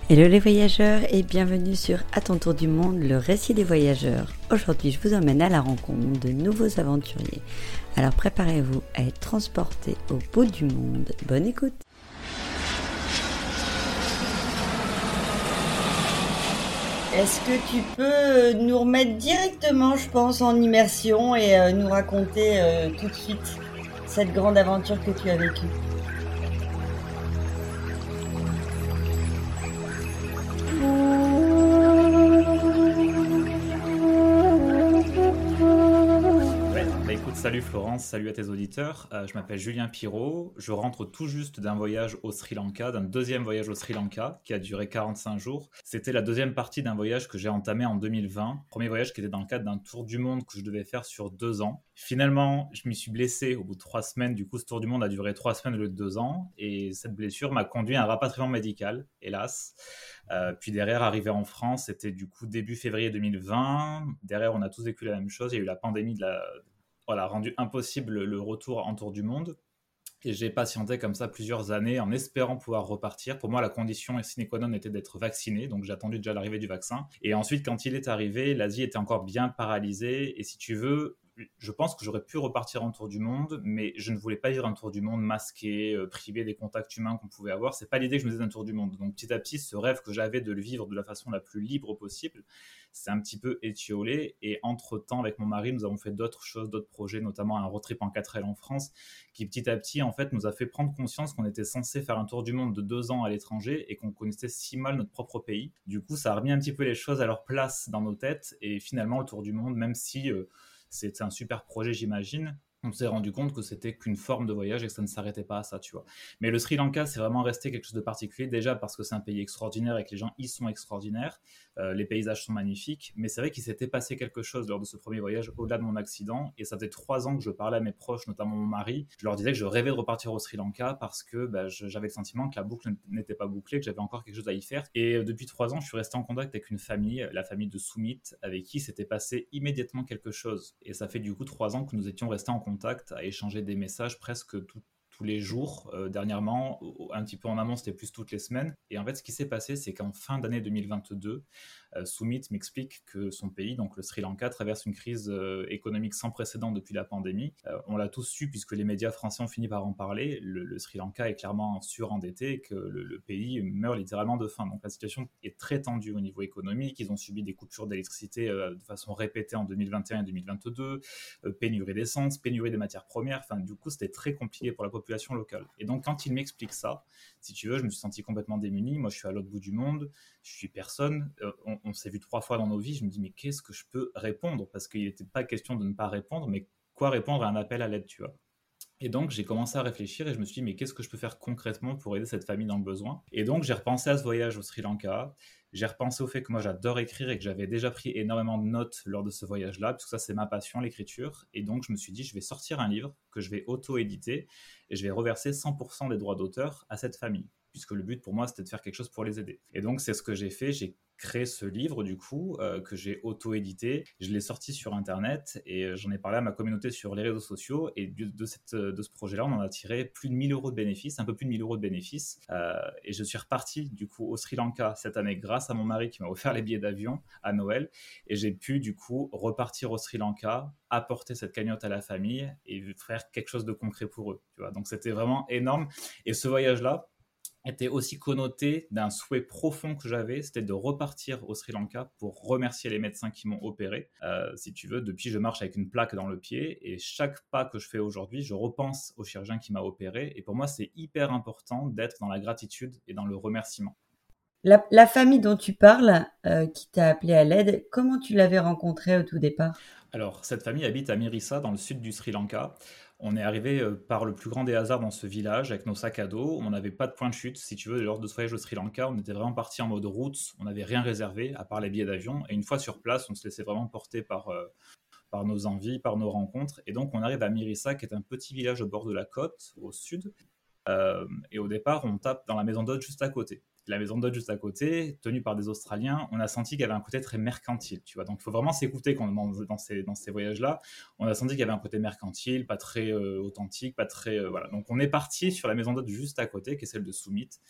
Hello les voyageurs et bienvenue sur À ton tour du monde, le récit des voyageurs. Aujourd'hui, je vous emmène à la rencontre de nouveaux aventuriers. Alors préparez-vous à être transportés au bout du monde. Bonne écoute. Est-ce que tu peux nous remettre directement, je pense, en immersion et nous raconter tout de suite cette grande aventure que tu as vécue ? Écoute, salut Florence, salut à tes auditeurs. Je m'appelle Julien Pirot. Je rentre tout juste d'un voyage au Sri Lanka, d'un deuxième voyage au Sri Lanka qui a duré 45 jours. C'était la deuxième partie d'un voyage que j'ai entamé en 2020. Premier voyage qui était dans le cadre d'un tour du monde que je devais faire sur 2 ans. Finalement, je m'y suis blessé au bout de 3 semaines. Du coup, ce tour du monde a duré 3 semaines au lieu de 2 ans. Et cette blessure m'a conduit à un rapatriement médical, hélas. Puis derrière, arrivé en France, c'était du coup début février 2020. Derrière, on a tous vécu la même chose. Il y a eu la pandémie rendu impossible le retour en tour du monde. Et j'ai patienté comme ça plusieurs années en espérant pouvoir repartir. Pour moi, la condition sine qua non était d'être vacciné, donc j'ai attendu déjà l'arrivée du vaccin. Et ensuite, quand il est arrivé, l'Asie était encore bien paralysée. Et si tu veux, je pense que j'aurais pu repartir en tour du monde, mais je ne voulais pas vivre un tour du monde masqué, privé des contacts humains qu'on pouvait avoir. C'est pas l'idée que je me faisais d'un tour du monde. Donc petit à petit, ce rêve que j'avais de le vivre de la façon la plus libre possible, c'est un petit peu étiolé. Et entre-temps, avec mon mari, nous avons fait d'autres choses, d'autres projets, notamment un road trip en 4L en France, qui petit à petit, en fait, nous a fait prendre conscience qu'on était censé faire un tour du monde de 2 ans à l'étranger et qu'on connaissait si mal notre propre pays. Du coup, ça a remis un petit peu les choses à leur place dans nos têtes. Et finalement, le tour du monde, même si c'était un super projet, j'imagine, on s'est rendu compte que c'était qu'une forme de voyage et que ça ne s'arrêtait pas à ça, tu vois. Mais le Sri Lanka, c'est vraiment resté quelque chose de particulier, déjà parce que c'est un pays extraordinaire et que les gens y sont extraordinaires. Les paysages sont magnifiques, mais c'est vrai qu'il s'était passé quelque chose lors de ce premier voyage, au-delà de mon accident, et ça faisait 3 ans que je parlais à mes proches, notamment mon mari. Je leur disais que je rêvais de repartir au Sri Lanka parce que j'avais le sentiment que la boucle n'était pas bouclée, que j'avais encore quelque chose à y faire. Et depuis 3 ans, je suis resté en contact avec une famille, la famille de Soumit, avec qui s'était passé immédiatement quelque chose. Et ça fait du coup 3 ans que nous étions restés en contact, à échanger des messages presque tous les jours. Dernièrement, un petit peu en amont, c'était plus toutes les semaines. Et en fait, ce qui s'est passé, c'est qu'en fin d'année 2022, Soumit m'explique que son pays, donc le Sri Lanka, traverse une crise économique sans précédent depuis la pandémie. On l'a tous su puisque les médias français ont fini par en parler. Le Sri Lanka est clairement surendetté et que le pays meurt littéralement de faim. Donc la situation est très tendue au niveau économique. Ils ont subi des coupures d'électricité de façon répétée en 2021 et 2022, pénurie d'essence, pénurie des matières premières. Enfin, du coup, c'était très compliqué pour la population locale. Et donc, quand il m'explique ça, si tu veux, je me suis senti complètement démuni. Moi, je suis à l'autre bout du monde, je suis personne. On s'est vu 3 fois dans nos vies. Je me dis, mais qu'est-ce que je peux répondre ? Parce qu'il n'était pas question de ne pas répondre, mais quoi répondre à un appel à l'aide, tu vois. Et donc, j'ai commencé à réfléchir et je me suis dit, mais qu'est-ce que je peux faire concrètement pour aider cette famille dans le besoin ? Et donc, j'ai repensé à ce voyage au Sri Lanka. J'ai repensé au fait que moi, j'adore écrire et que j'avais déjà pris énormément de notes lors de ce voyage-là, parce que ça, c'est ma passion, l'écriture. Et donc, je me suis dit, je vais sortir un livre que je vais auto-éditer et je vais reverser 100% des droits d'auteur à cette famille, puisque le but pour moi, c'était de faire quelque chose pour les aider. Et donc, c'est ce que j'ai fait. J'ai créé ce livre du coup que j'ai auto-édité, je l'ai sorti sur internet et j'en ai parlé à ma communauté sur les réseaux sociaux et de ce projet-là on en a tiré plus de 1 000 € de bénéfices, un peu plus de 1 000 € de bénéfices et je suis reparti du coup au Sri Lanka cette année grâce à mon mari qui m'a offert les billets d'avion à Noël et j'ai pu du coup repartir au Sri Lanka, apporter cette cagnotte à la famille et faire quelque chose de concret pour eux, tu vois. Donc c'était vraiment énorme et ce voyage-là était aussi connoté d'un souhait profond que j'avais, c'était de repartir au Sri Lanka pour remercier les médecins qui m'ont opéré. Si tu veux, depuis, je marche avec une plaque dans le pied et chaque pas que je fais aujourd'hui, je repense au chirurgien qui m'a opéré. Et pour moi, c'est hyper important d'être dans la gratitude et dans le remerciement. La famille dont tu parles, qui t'a appelé à l'aide, comment tu l'avais rencontrée au tout départ ? Alors, cette famille habite à Mirissa, dans le sud du Sri Lanka. On est arrivé par le plus grand des hasards dans ce village avec nos sacs à dos. On n'avait pas de point de chute, si tu veux, lors de ce voyage au Sri Lanka. On était vraiment parti en mode route. On n'avait rien réservé, à part les billets d'avion. Et une fois sur place, on se laissait vraiment porter par nos envies, par nos rencontres. Et donc, on arrive à Mirissa, qui est un petit village au bord de la côte, au sud. Et au départ, on tape dans la maison d'hôte juste à côté. La maison d'hôte juste à côté, tenue par des Australiens, on a senti qu'il y avait un côté très mercantile, tu vois. Donc, il faut vraiment s'écouter quand dans ces voyages-là. On a senti qu'il y avait un côté mercantile, pas très authentique, pas très... voilà. Donc, on est parti sur la maison d'hôte juste à côté, qui est celle de Soumit.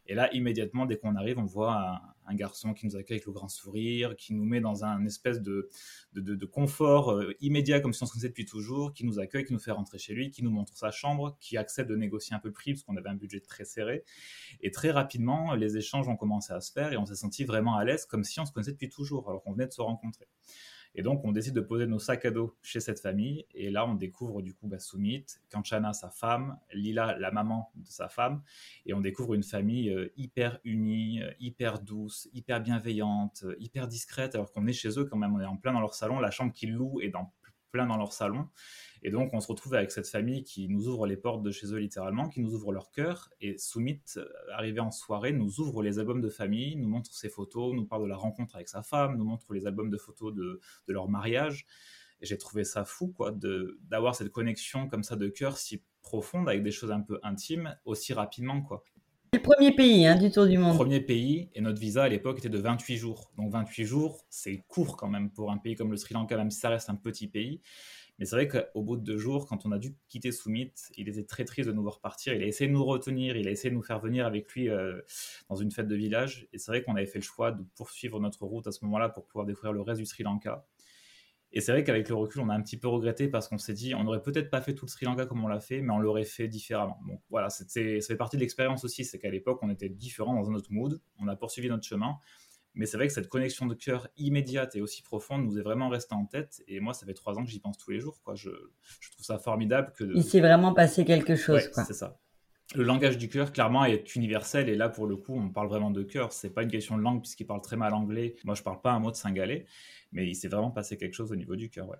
Et là, immédiatement, dès qu'on arrive, on voit un garçon qui nous accueille avec le grand sourire, qui nous met dans un espèce de confort immédiat, comme si on se connaissait depuis toujours, qui nous accueille, qui nous fait rentrer chez lui, qui nous montre sa chambre, qui accepte de négocier un peu le prix, parce qu'on avait un budget très serré. Et très rapidement, les échanges ont commencé à se faire et on s'est senti vraiment à l'aise, comme si on se connaissait depuis toujours, alors qu'on venait de se rencontrer. Et donc, on décide de poser nos sacs à dos chez cette famille. Et là, on découvre du coup Soumit, Kanchana, sa femme, Lila, la maman de sa femme. Et on découvre une famille hyper unie, hyper douce, hyper bienveillante, hyper discrète, alors qu'on est chez eux quand même. On est en plein dans leur salon. La chambre qu'ils louent est plein dans leur salon. Et donc, on se retrouve avec cette famille qui nous ouvre les portes de chez eux littéralement, qui nous ouvre leur cœur. Et Soumit, arrivé en soirée, nous ouvre les albums de famille, nous montre ses photos, nous parle de la rencontre avec sa femme, nous montre les albums de photos de leur mariage. Et j'ai trouvé ça fou, quoi, d'avoir cette connexion comme ça de cœur si profonde avec des choses un peu intimes aussi rapidement, quoi. C'est le premier pays du tour du monde. Premier pays, et notre visa à l'époque était de 28 jours. Donc 28 jours, c'est court quand même pour un pays comme le Sri Lanka, même si ça reste un petit pays. Mais c'est vrai qu'au bout de 2 jours, quand on a dû quitter Soumit, il était très triste de nous voir partir. Il a essayé de nous retenir, il a essayé de nous faire venir avec lui dans une fête de village. Et c'est vrai qu'on avait fait le choix de poursuivre notre route à ce moment-là pour pouvoir découvrir le reste du Sri Lanka. Et c'est vrai qu'avec le recul, on a un petit peu regretté parce qu'on s'est dit, on n'aurait peut-être pas fait tout le Sri Lanka comme on l'a fait, mais on l'aurait fait différemment. Donc voilà, ça fait partie de l'expérience aussi, c'est qu'à l'époque, on était différents dans un autre mood, on a poursuivi notre chemin. Mais c'est vrai que cette connexion de cœur immédiate et aussi profonde nous est vraiment restée en tête. Et moi, ça fait 3 ans que j'y pense tous les jours, quoi. Je trouve ça formidable Il s'est vraiment passé quelque chose, ouais, quoi. C'est ça. Le langage du cœur, clairement, est universel. Et là, pour le coup, on parle vraiment de cœur. C'est pas une question de langue, puisqu'il parle très mal anglais. Moi, je parle pas un mot de singalais. Mais il s'est vraiment passé quelque chose au niveau du cœur, ouais.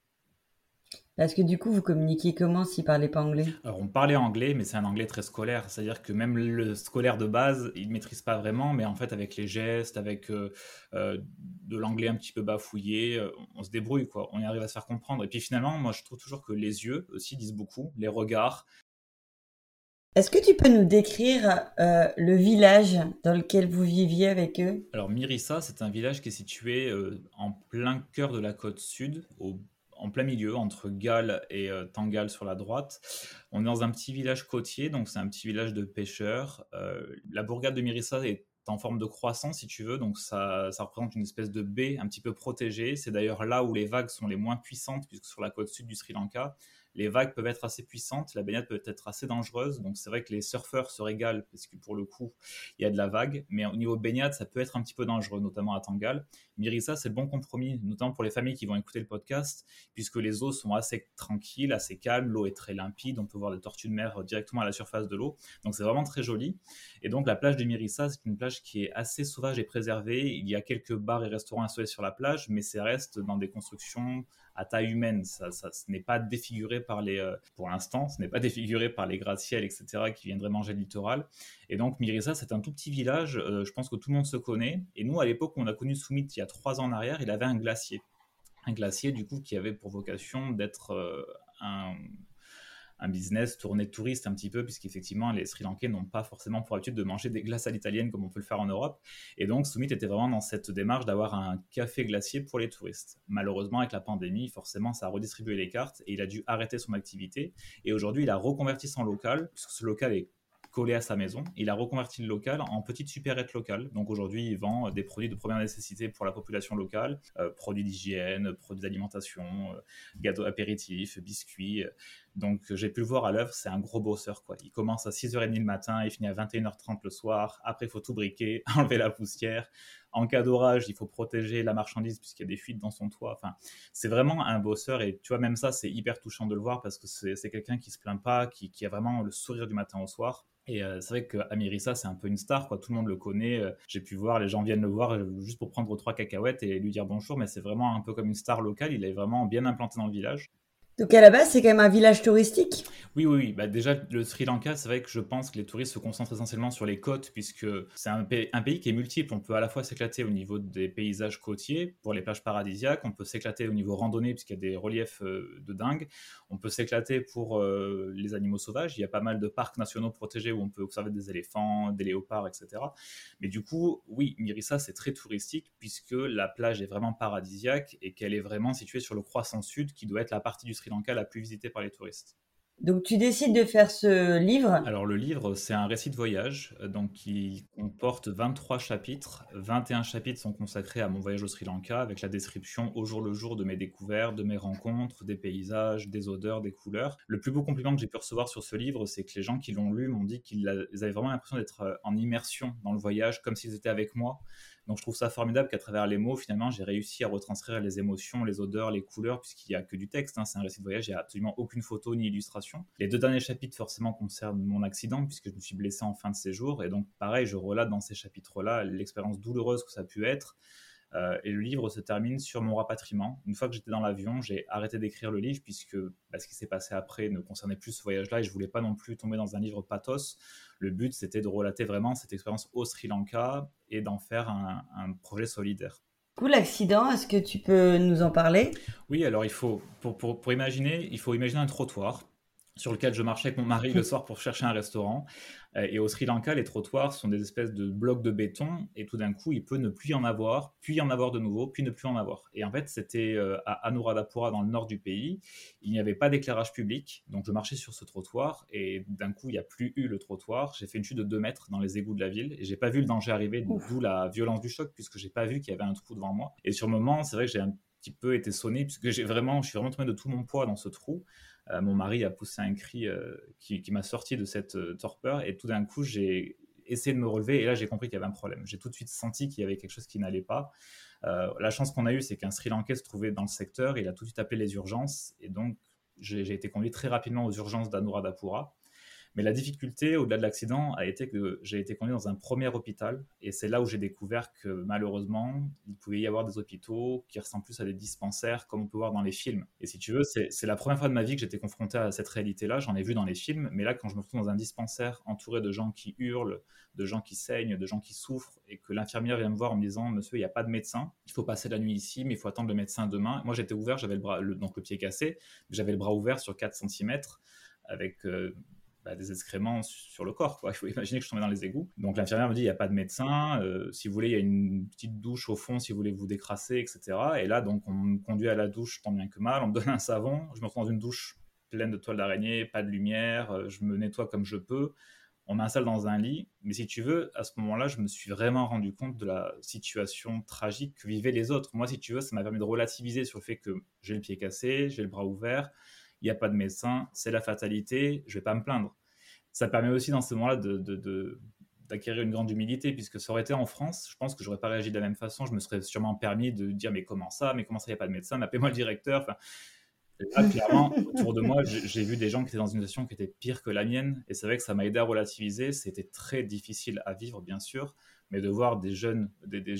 Parce que du coup, vous communiquiez comment s'il ne parlait pas anglais? Alors, on parlait anglais, mais c'est un anglais très scolaire. C'est-à-dire que même le scolaire de base, il ne maîtrise pas vraiment, mais en fait, avec les gestes, avec de l'anglais un petit peu bafouillé, on se débrouille, quoi. On y arrive à se faire comprendre. Et puis finalement, moi, je trouve toujours que les yeux aussi disent beaucoup, les regards. Est-ce que tu peux nous décrire le village dans lequel vous viviez avec eux? Alors, Mirissa, c'est un village qui est situé en plein cœur de la côte sud, en plein milieu, entre Galle et Tangal sur la droite. On est dans un petit village côtier, donc c'est un petit village de pêcheurs. La bourgade de Mirissa est en forme de croissant, si tu veux, donc ça représente une espèce de baie un petit peu protégée. C'est d'ailleurs là où les vagues sont les moins puissantes, puisque sur la côte sud du Sri Lanka, les vagues peuvent être assez puissantes, la baignade peut être assez dangereuse, donc c'est vrai que les surfeurs se régalent, parce que pour le coup, il y a de la vague, mais au niveau baignade, ça peut être un petit peu dangereux, notamment à Tangal. Mirissa, c'est le bon compromis, notamment pour les familles qui vont écouter le podcast, puisque les eaux sont assez tranquilles, assez calmes, l'eau est très limpide, on peut voir des tortues de mer directement à la surface de l'eau, donc c'est vraiment très joli. Et donc la plage de Mirissa, c'est une plage qui est assez sauvage et préservée. Il y a quelques bars et restaurants installés sur la plage, mais ça reste dans des constructions à taille humaine. Ce n'est pas défiguré par pour l'instant, ce n'est pas défiguré par les gratte-ciel, etc., qui viendraient manger le littoral. Et donc Mirissa, c'est un tout petit village, je pense que tout le monde se connaît. Et nous, à l'époque où on a connu Soumit, il y a 3 ans en arrière, il avait un glacier. Un glacier, du coup, qui avait pour vocation d'être un business tourné touriste un petit peu, puisqu'effectivement, les Sri Lankais n'ont pas forcément pour habitude de manger des glaces à l'italienne comme on peut le faire en Europe. Et donc, Soumit était vraiment dans cette démarche d'avoir un café glacier pour les touristes. Malheureusement, avec la pandémie, forcément, ça a redistribué les cartes et il a dû arrêter son activité. Et aujourd'hui, il a reconverti son local, puisque ce local est collé à sa maison. Il a reconverti le local en petite supérette locale. Donc aujourd'hui, il vend des produits de première nécessité pour la population locale, produits d'hygiène, produits d'alimentation, gâteaux apéritifs, biscuits. Donc j'ai pu le voir à l'œuvre, c'est un gros bosseur, quoi. Il commence à 6h30 le matin, il finit à 21h30 le soir. Après, il faut tout briquer, enlever la poussière. En cas d'orage, il faut protéger la marchandise puisqu'il y a des fuites dans son toit. Enfin, c'est vraiment un bosseur et tu vois, même ça, c'est hyper touchant de le voir parce que c'est quelqu'un qui se plaint pas, qui a vraiment le sourire du matin au soir. Et c'est vrai qu'à Mirissa, c'est un peu une star, quoi. Tout le monde le connaît. J'ai pu voir, les gens viennent le voir juste pour prendre 3 cacahuètes et lui dire bonjour, mais c'est vraiment un peu comme une star locale. Il est vraiment bien implanté dans le village. Donc à la base, c'est quand même un village touristique? Oui. Bah, déjà, le Sri Lanka, c'est vrai que je pense que les touristes se concentrent essentiellement sur les côtes, puisque c'est un pays qui est multiple. On peut à la fois s'éclater au niveau des paysages côtiers, pour les plages paradisiaques, on peut s'éclater au niveau randonnée, puisqu'il y a des reliefs de dingue, on peut s'éclater pour les animaux sauvages. Il y a pas mal de parcs nationaux protégés où on peut observer des éléphants, des léopards, etc. Mais du coup, oui, Mirissa, c'est très touristique, puisque la plage est vraiment paradisiaque et qu'elle est vraiment située sur le croissant sud, qui doit être la partie du Sri Lanka la plus visitée par les touristes. Donc tu décides de faire ce livre. Alors le livre, c'est un récit de voyage, donc il comporte 23 chapitres. 21 chapitres sont consacrés à mon voyage au Sri Lanka, avec la description au jour le jour de mes découvertes, de mes rencontres, des paysages, des odeurs, des couleurs. Le plus beau compliment que j'ai pu recevoir sur ce livre, c'est que les gens qui l'ont lu m'ont dit qu'ils avaient vraiment l'impression d'être en immersion dans le voyage, comme s'ils étaient avec moi. Donc je trouve ça formidable qu'à travers les mots, finalement, j'ai réussi à retranscrire les émotions, les odeurs, les couleurs, puisqu'il n'y a que du texte, hein. C'est un récit de voyage, il n'y a absolument aucune photo ni illustration. Les 2 derniers chapitres, forcément, concernent mon accident, puisque je me suis blessé en fin de séjour. Et donc, pareil, je relate dans ces chapitres-là l'expérience douloureuse que ça a pu être. Et le livre se termine sur mon rapatriement. Une fois que j'étais dans l'avion, j'ai arrêté d'écrire le livre puisque ce qui s'est passé après ne concernait plus ce voyage-là et je voulais pas non plus tomber dans un livre pathos. Le but, c'était de relater vraiment cette expérience au Sri Lanka et d'en faire un projet solidaire. Du coup, l'accident, est-ce que tu peux nous en parler? Oui, alors il faut, pour imaginer, il faut imaginer un trottoir sur lequel je marchais avec mon mari le soir pour chercher un restaurant. Et au Sri Lanka, les trottoirs sont des espèces de blocs de béton, et tout d'un coup, il peut ne plus y en avoir, puis y en avoir de nouveau, puis ne plus en avoir. Et en fait, c'était à Anuradhapura, dans le nord du pays. Il n'y avait pas d'éclairage public, donc je marchais sur ce trottoir, et d'un coup, il n'y a plus eu le trottoir. J'ai fait une chute de 2 mètres dans les égouts de la ville, et j'ai pas vu le danger arriver, Ouf. d'où la violence du choc, puisque j'ai pas vu qu'il y avait un trou devant moi. Et sur le moment, c'est vrai que j'ai un petit peu été sonné, puisque je suis vraiment tombé de tout mon poids dans ce trou. Mon mari a poussé un cri qui m'a sorti de cette torpeur et tout d'un coup j'ai essayé de me relever et là j'ai compris qu'il y avait un problème. J'ai tout de suite senti qu'il y avait quelque chose qui n'allait pas. La chance qu'on a eue, c'est qu'un Sri Lankais se trouvait dans le secteur, il a tout de suite appelé les urgences et donc j'ai été conduit très rapidement aux urgences d'Anuradhapura. Mais la difficulté, au-delà de l'accident, a été que j'ai été conduit dans un premier hôpital. Et c'est là où j'ai découvert que malheureusement, il pouvait y avoir des hôpitaux qui ressemblent plus à des dispensaires, comme on peut voir dans les films. Et si tu veux, c'est la première fois de ma vie que j'étais confronté à cette réalité-là. J'en ai vu dans les films. Mais là, quand je me retrouve dans un dispensaire entouré de gens qui hurlent, de gens qui saignent, de gens qui souffrent, et que l'infirmière vient me voir en me disant: Monsieur, il n'y a pas de médecin, il faut passer la nuit ici, mais il faut attendre le médecin demain. Moi, j'étais ouvert, j'avais donc le pied cassé, j'avais le bras ouvert sur 4 cm avec des excréments sur le corps, quoi. Il faut imaginer que je tombais dans les égouts. Donc l'infirmière me dit: il n'y a pas de médecin, si vous voulez, il y a une petite douche au fond si vous voulez vous décrasser, etc. Et là, donc, on me conduit à la douche tant bien que mal, on me donne un savon, je me retrouve dans une douche pleine de toiles d'araignée, pas de lumière, je me nettoie comme je peux, on m'installe dans un lit. Mais si tu veux, à ce moment-là, je me suis vraiment rendu compte de la situation tragique que vivaient les autres. Moi, si tu veux, ça m'a permis de relativiser sur le fait que j'ai le pied cassé, j'ai le bras ouvert, il n'y a pas de médecin, c'est la fatalité, je ne vais pas me plaindre. Ça permet aussi dans ce moment-là d'acquérir une grande humilité, puisque ça aurait été en France, je pense que j'aurais pas réagi de la même façon, je me serais sûrement permis de dire: mais comment ça, il n'y a pas de médecin, appelez-moi le directeur. Enfin, là, clairement, autour de moi, j'ai vu des gens qui étaient dans une situation qui était pire que la mienne, et c'est vrai que ça m'a aidé à relativiser. C'était très difficile à vivre, bien sûr, mais de voir des jeunes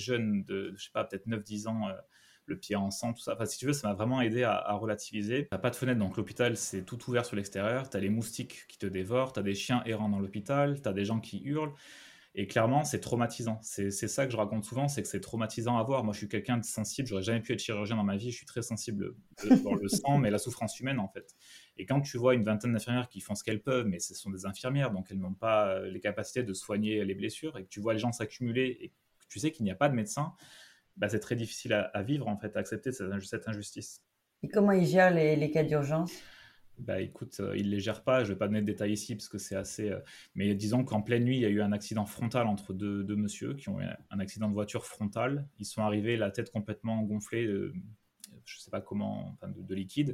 de, je sais pas, peut-être 9-10 ans, le pied en sang, tout ça. Enfin, si tu veux, ça m'a vraiment aidé à relativiser. T'as pas de fenêtre, donc l'hôpital, c'est tout ouvert sur l'extérieur. T'as les moustiques qui te dévorent, t'as des chiens errants dans l'hôpital, t'as des gens qui hurlent. Et clairement, c'est traumatisant. C'est ça que je raconte souvent, c'est que c'est traumatisant à voir. Moi, je suis quelqu'un de sensible, j'aurais jamais pu être chirurgien dans ma vie, je suis très sensible pour le sang, mais la souffrance humaine, en fait. Et quand tu vois une vingtaine d'infirmières qui font ce qu'elles peuvent, mais ce sont des infirmières, donc elles n'ont pas les capacités de soigner les blessures, et que tu vois les gens s'accumuler, et que tu sais qu'il n'y a pas de médecin, c'est très difficile à vivre, en fait, à accepter cette injustice. Et comment ils gèrent les cas d'urgence? Écoute, ils ne les gèrent pas, je ne vais pas donner de détails ici parce que c'est assez. Mais disons qu'en pleine nuit, il y a eu un accident frontal entre deux messieurs qui ont eu un accident de voiture frontal. Ils sont arrivés, la tête complètement gonflée, je ne sais pas comment, enfin, de liquide.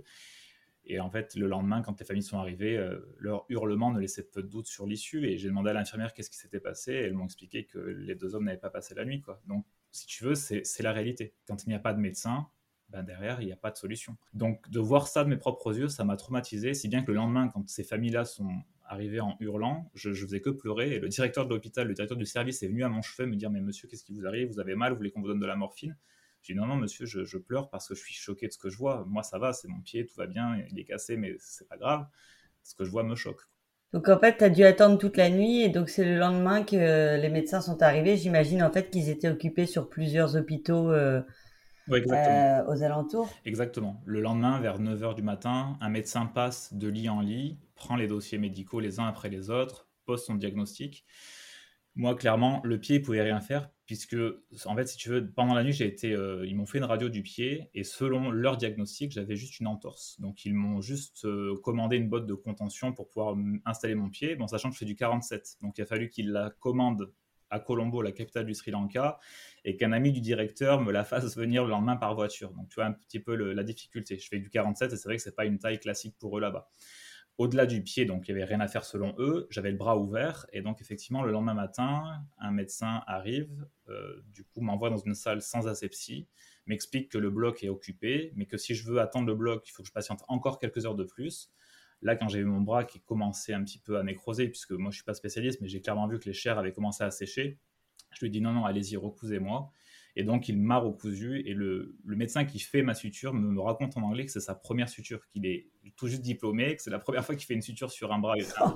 Et en fait, le lendemain, quand les familles sont arrivées, leur hurlement ne laissait peu de doute sur l'issue. Et j'ai demandé à l'infirmière qu'est-ce qui s'était passé. Et elles m'ont expliqué que les 2 hommes n'avaient pas passé la nuit, quoi. Donc, si tu veux, c'est la réalité. Quand il n'y a pas de médecin, derrière, il n'y a pas de solution. Donc, de voir ça de mes propres yeux, ça m'a traumatisé, si bien que le lendemain, quand ces familles-là sont arrivées en hurlant, je faisais que pleurer, et le directeur de l'hôpital, le directeur du service est venu à mon chevet me dire: mais monsieur, qu'est-ce qui vous arrive, vous avez mal, vous voulez qu'on vous donne de la morphine? J'ai dit: non, non, monsieur, je pleure parce que je suis choqué de ce que je vois. Moi, ça va, c'est mon pied, tout va bien, il est cassé, mais c'est pas grave. Ce que je vois me choque. Donc en fait, tu as dû attendre toute la nuit et donc c'est le lendemain que les médecins sont arrivés. J'imagine en fait qu'ils étaient occupés sur plusieurs hôpitaux Oui, exactement. aux alentours. Exactement. Le lendemain, vers 9 h du matin, un médecin passe de lit en lit, prend les dossiers médicaux les uns après les autres, pose son diagnostic. Moi, clairement, le pied, il pouvait rien faire puisque, en fait, si tu veux, pendant la nuit, ils m'ont fait une radio du pied et selon leur diagnostic, j'avais juste une entorse. Donc, ils m'ont juste commandé une botte de contention pour pouvoir installer mon pied, bon, sachant que je fais du 47. Donc, il a fallu qu'ils la commandent à Colombo, la capitale du Sri Lanka, et qu'un ami du directeur me la fasse venir le lendemain par voiture. Donc, tu vois un petit peu la difficulté. Je fais du 47 et c'est vrai que c'est pas une taille classique pour eux là-bas. Au-delà du pied, donc il n'y avait rien à faire selon eux, j'avais le bras ouvert, et donc effectivement, le lendemain matin, un médecin arrive, du coup m'envoie dans une salle sans asepsie, m'explique que le bloc est occupé, mais que si je veux attendre le bloc, il faut que je patiente encore quelques heures de plus. Là, quand j'ai vu mon bras qui commençait un petit peu à nécroser, puisque moi je ne suis pas spécialiste, mais j'ai clairement vu que les chairs avaient commencé à sécher, je lui ai dit non, non, allez-y, recousez-moi. Et donc, il m'a recousu. Et le médecin qui fait ma suture me raconte en anglais que c'est sa première suture, qu'il est tout juste diplômé, que c'est la première fois qu'il fait une suture sur un bras.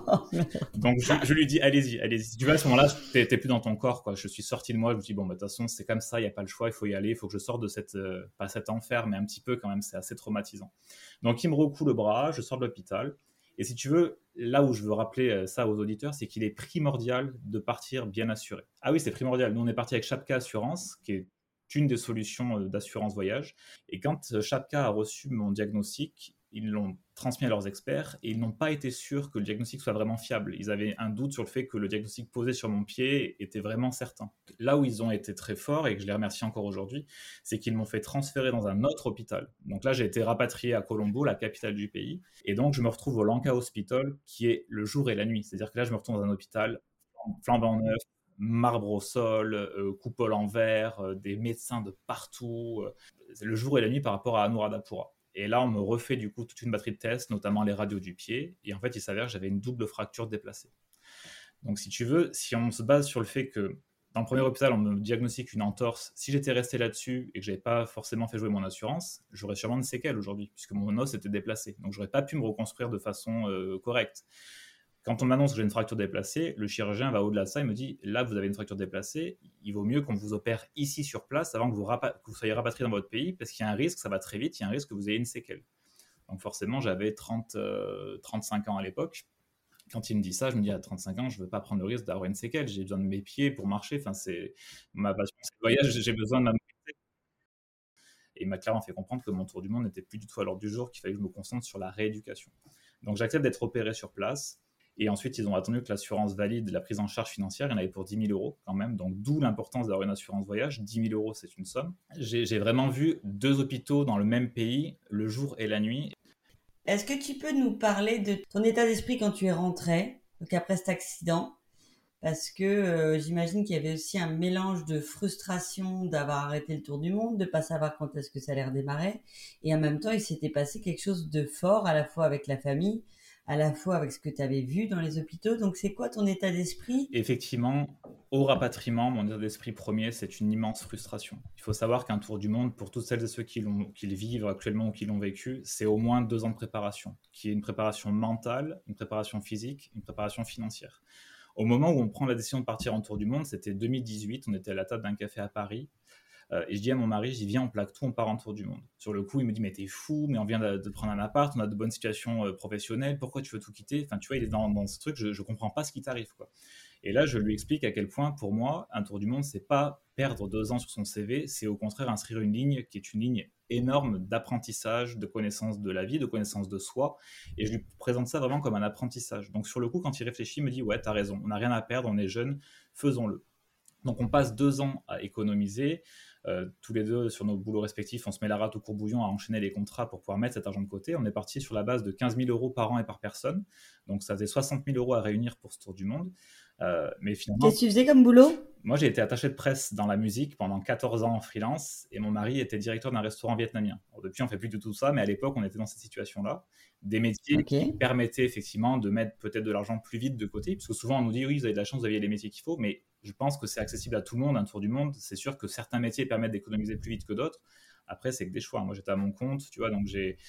Donc, je lui dis, allez-y, allez-y. Tu vois, à ce moment-là, t'es plus dans ton corps, quoi. Je suis sorti de moi. Je me dis, bon, bah, de toute façon, c'est comme ça, il n'y a pas le choix, il faut y aller, il faut que je sorte de pas cet enfer, mais un petit peu quand même, c'est assez traumatisant. Donc, il me recoue le bras, je sors de l'hôpital. Et si tu veux, là où je veux rappeler ça aux auditeurs, c'est qu'il est primordial de partir bien assuré. Ah oui, c'est primordial. Nous, on est parti avec Chapka Assurance, qui est une des solutions d'assurance voyage. Et quand Chapka a reçu mon diagnostic, ils l'ont transmis à leurs experts et ils n'ont pas été sûrs que le diagnostic soit vraiment fiable. Ils avaient un doute sur le fait que le diagnostic posé sur mon pied était vraiment certain. Là où ils ont été très forts et que je les remercie encore aujourd'hui, c'est qu'ils m'ont fait transférer dans un autre hôpital. Donc là, j'ai été rapatrié à Colombo, la capitale du pays. Et donc, je me retrouve au Lanka Hospital, qui est le jour et la nuit. C'est-à-dire que là, je me retrouve dans un hôpital flambant neuf, marbre au sol, coupole en verre, des médecins de partout. C'est le jour et la nuit par rapport à Anuradhapura. Et là, on me refait du coup toute une batterie de tests, notamment les radios du pied. Et en fait, il s'avère que j'avais une double fracture déplacée. Donc, si tu veux, si on se base sur le fait que dans le premier hôpital, on me diagnostique une entorse, si j'étais resté là-dessus et que je n'avais pas forcément fait jouer mon assurance, j'aurais sûrement une séquelle aujourd'hui, puisque mon os était déplacé. Donc, je n'aurais pas pu me reconstruire de façon correcte. Quand on m'annonce que j'ai une fracture déplacée, le chirurgien va au-delà de ça, il me dit, là, vous avez une fracture déplacée, il vaut mieux qu'on vous opère ici sur place avant que vous soyez rapatrié dans votre pays, parce qu'il y a un risque, ça va très vite, il y a un risque que vous ayez une séquelle. Donc forcément, j'avais 35 ans à l'époque. Quand il me dit ça, je me dis, à 35 ans, je ne veux pas prendre le risque d'avoir une séquelle, j'ai besoin de mes pieds pour marcher, enfin, c'est ma passion, c'est le voyage, j'ai besoin de ma mobilité. Et il m'a clairement fait comprendre que mon tour du monde n'était plus du tout à l'ordre du jour, qu'il fallait que je me concentre sur la rééducation. Donc j'accepte d'être opéré sur place. Et ensuite, ils ont attendu que l'assurance valide la prise en charge financière. Il y en avait pour 10 000 euros quand même. Donc, d'où l'importance d'avoir une assurance voyage. 10 000 euros, c'est une somme. J'ai vraiment vu 2 hôpitaux dans le même pays, le jour et la nuit. Est-ce que tu peux nous parler de ton état d'esprit quand tu es rentré, donc après cet accident? Parce que j'imagine qu'il y avait aussi un mélange de frustration d'avoir arrêté le tour du monde, de ne pas savoir quand est-ce que ça allait redémarrer. Et en même temps, il s'était passé quelque chose de fort, à la fois avec la famille, à la fois avec ce que tu avais vu dans les hôpitaux. Donc, c'est quoi ton état d'esprit? Effectivement, au rapatriement, mon état d'esprit premier, c'est une immense frustration. Il faut savoir qu'un tour du monde, pour toutes celles et ceux qui le vivent actuellement ou qui l'ont vécu, c'est au moins 2 ans de préparation, qui est une préparation mentale, une préparation physique, une préparation financière. Au moment où on prend la décision de partir en tour du monde, c'était 2018, on était à la table d'un café à Paris, et je dis à mon mari, j'y viens, on plaque tout, on part en tour du monde. Sur le coup, il me dit, mais t'es fou, mais on vient de prendre un appart, on a de bonnes situations professionnelles, pourquoi tu veux tout quitter? Enfin, tu vois, il est dans ce truc, je comprends pas ce qui t'arrive, quoi. Et là, je lui explique à quel point, pour moi, un tour du monde, c'est pas perdre 2 ans sur son CV, c'est au contraire inscrire une ligne qui est une ligne énorme d'apprentissage, de connaissance de la vie, de connaissance de soi. Et je lui présente ça vraiment comme un apprentissage. Donc sur le coup, quand il réfléchit, il me dit, ouais, t'as raison, on n'a rien à perdre, on est jeunes, faisons-le. Donc on passe 2 ans à économiser, tous les deux sur nos boulots respectifs, on se met la rate au courbouillon à enchaîner les contrats pour pouvoir mettre cet argent de côté. On est parti sur la base de 15 000 euros par an et par personne, donc ça faisait 60 000 euros à réunir pour ce tour du monde. Mais finalement, qu'est-ce que tu faisais comme boulot? Moi, j'ai été attaché de presse dans la musique pendant 14 ans en freelance et mon mari était directeur d'un restaurant vietnamien. Alors, depuis, on ne fait plus du tout ça, mais à l'époque, on était dans cette situation-là. Des métiers qui permettaient effectivement de mettre peut-être de l'argent plus vite de côté, parce que souvent, on nous dit, oui, vous avez de la chance, vous aviez les métiers qu'il faut, mais je pense que c'est accessible à tout le monde, un tour du monde. C'est sûr que certains métiers permettent d'économiser plus vite que d'autres. Après, c'est que des choix. Moi, j'étais à mon compte, tu vois, donc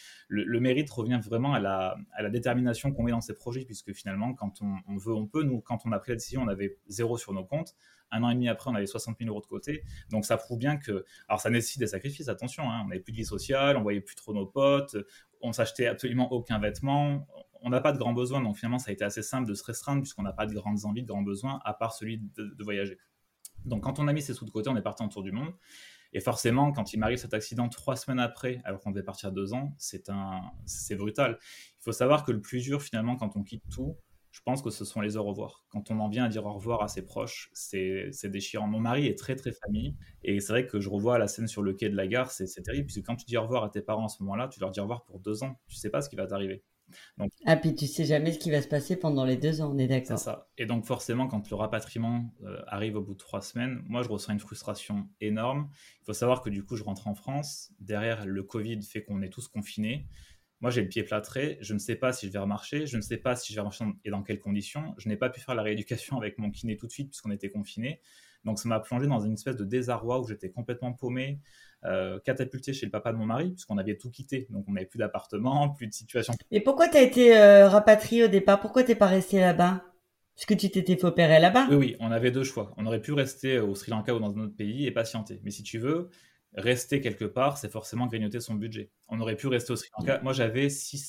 le mérite revient vraiment à la détermination qu'on met dans ces projets, puisque finalement, quand on veut, on peut. Nous, quand on a pris la décision, on avait 0 sur nos comptes. 1 an et demi après, on avait 60 000 euros de côté. Donc, ça prouve bien que... Alors, ça nécessite des sacrifices, attention. On n'avait plus de vie sociale, on voyait plus trop nos potes, on s'achetait absolument aucun vêtement. on n'a pas de grands besoins, donc finalement ça a été assez simple de se restreindre puisqu'on n'a pas de grandes envies, de grands besoins, à part celui de voyager. Donc quand on a mis ces sous de côté, on est parti en tour du monde. Et forcément, quand il m'arrive cet accident 3 semaines après, alors qu'on devait partir 2 ans, c'est brutal. Il faut savoir que le plus dur finalement quand on quitte tout, je pense que ce sont les au revoir. Quand on en vient à dire au revoir à ses proches, c'est déchirant. Mon mari est très très famille, et c'est vrai que je revois la scène sur le quai de la gare, c'est terrible, puisque quand tu dis au revoir à tes parents à ce moment-là, tu leur dis au revoir pour 2 ans, tu sais pas ce qui va t'arriver. Donc Ah, puis tu sais jamais ce qui va se passer pendant les 2 ans, on est c'est d'accord. ça. Et donc forcément, quand le rapatriement arrive au bout de 3 semaines, moi je ressens une frustration énorme. Il faut savoir que du coup je rentre en France, derrière le Covid fait qu'on est tous confinés. Moi, j'ai le pied plâtré, je ne sais pas si je vais remarcher, je ne sais pas si je vais remarcher et dans quelles conditions. Je n'ai pas pu faire la rééducation avec mon kiné tout de suite puisqu'on était confinés. Donc, ça m'a plongé dans une espèce de désarroi où j'étais complètement paumé, catapulté chez le papa de mon mari puisqu'on avait tout quitté. Donc, on n'avait plus d'appartement, plus de situation. Et pourquoi t'as été rapatrié au départ? Pourquoi t'es pas resté là-bas? Parce que tu t'étais fait opérer Oui, là-bas. oui, on avait deux choix. On aurait pu rester au Sri Lanka ou dans un autre pays et patienter. Mais si tu veux, rester quelque part, c'est forcément grignoter son budget. On aurait pu rester au Sri Lanka. Moi, j'avais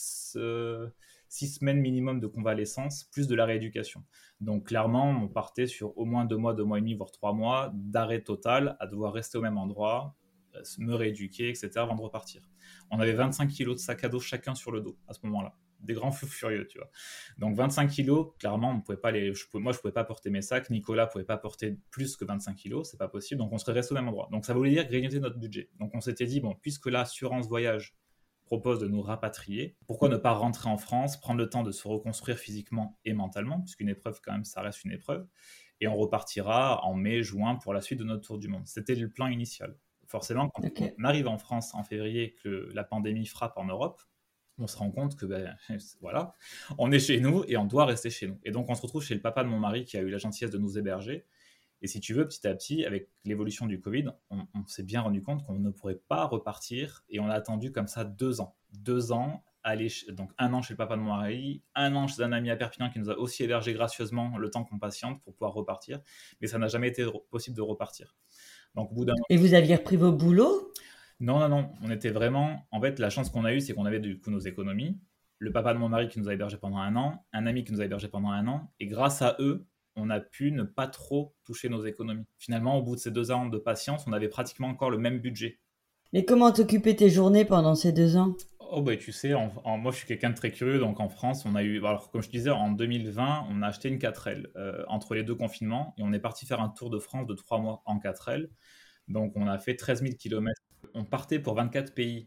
6 semaines minimum de convalescence, plus de la rééducation. Donc, clairement, on partait sur au moins 2 mois, 2 mois et demi, voire 3 mois d'arrêt total, à devoir rester au même endroit, me rééduquer, etc., avant de repartir. On avait 25 kilos de sac à dos chacun sur le dos à ce moment-là. Des grands fous furieux, tu vois. Donc 25 kilos, clairement, on pouvait pas moi, je pouvais pas porter mes sacs. Nicolas pouvait pas porter plus que 25 kilos, c'est pas possible. Donc on serait resté au même endroit. Donc ça voulait dire grignoter notre budget. Donc on s'était dit, bon, puisque l'assurance voyage propose de nous rapatrier, pourquoi ne pas rentrer en France, prendre le temps de se reconstruire physiquement et mentalement, puisqu'une épreuve, quand même, ça reste une épreuve, et on repartira en mai, juin pour la suite de notre tour du monde. C'était le plan initial. Forcément, quand Ok. on arrive en France en février et que la pandémie frappe en Europe, on se rend compte que voilà, on est chez nous et on doit rester chez nous. Et donc on se retrouve chez le papa de mon mari qui a eu la gentillesse de nous héberger. Et si tu veux, petit à petit, avec l'évolution du Covid, on s'est bien rendu compte qu'on ne pourrait pas repartir et on a attendu comme ça 2 ans. 2 ans, donc 1 an chez le papa de mon mari, 1 an chez un ami à Perpignan qui nous a aussi hébergé gracieusement le temps qu'on patiente pour pouvoir repartir. Mais ça n'a jamais été possible de repartir. Donc au bout d'un Et vous aviez repris vos boulots? Non, non, non. On était vraiment. En fait, la chance qu'on a eue, c'est qu'on avait du coup nos économies. Le papa de mon mari qui nous a hébergés pendant 1 an, un ami qui nous a hébergés pendant 1 an. Et grâce à eux, on a pu ne pas trop toucher nos économies. Finalement, au bout de ces 2 ans de patience, on avait pratiquement encore le même budget. Et comment t'occupais tes journées pendant ces 2 ans? Oh, bah, tu sais, moi je suis quelqu'un de très curieux, donc en France, on a eu. Alors, comme je te disais, en 2020, on a acheté une 4L entre les deux confinements et on est parti faire un tour de France de 3 mois en 4L. Donc, on a fait 13 000 kilomètres. On partait pour 24 pays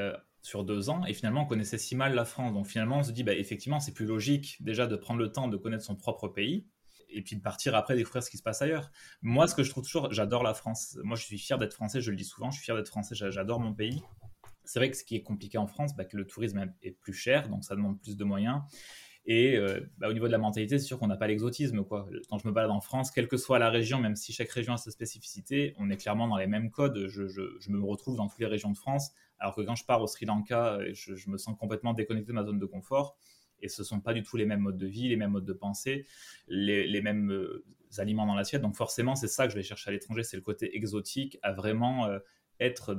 sur 2 ans et finalement, on connaissait si mal la France. Donc, finalement, on se dit, bah, effectivement, c'est plus logique déjà de prendre le temps de connaître son propre pays et puis de partir après découvrir ce qui se passe ailleurs. Moi, ce que je trouve toujours, j'adore la France. Moi, je suis fier d'être français, je le dis souvent, je suis fier d'être français, j'adore mon pays. C'est vrai que ce qui est compliqué en France, bah, que le tourisme est plus cher, donc ça demande plus de moyens. Et au niveau de la mentalité, c'est sûr qu'on n'a pas l'exotisme, quoi. Quand je me balade en France, quelle que soit la région, même si chaque région a sa spécificité, on est clairement dans les mêmes codes. Je me retrouve dans toutes les régions de France, alors que quand je pars au Sri Lanka, je me sens complètement déconnecté de ma zone de confort. Et ce ne sont pas du tout les mêmes modes de vie, les mêmes modes de pensée, les mêmes aliments dans l'assiette. Donc forcément, c'est ça que je vais chercher à l'étranger, c'est le côté exotique, à vraiment être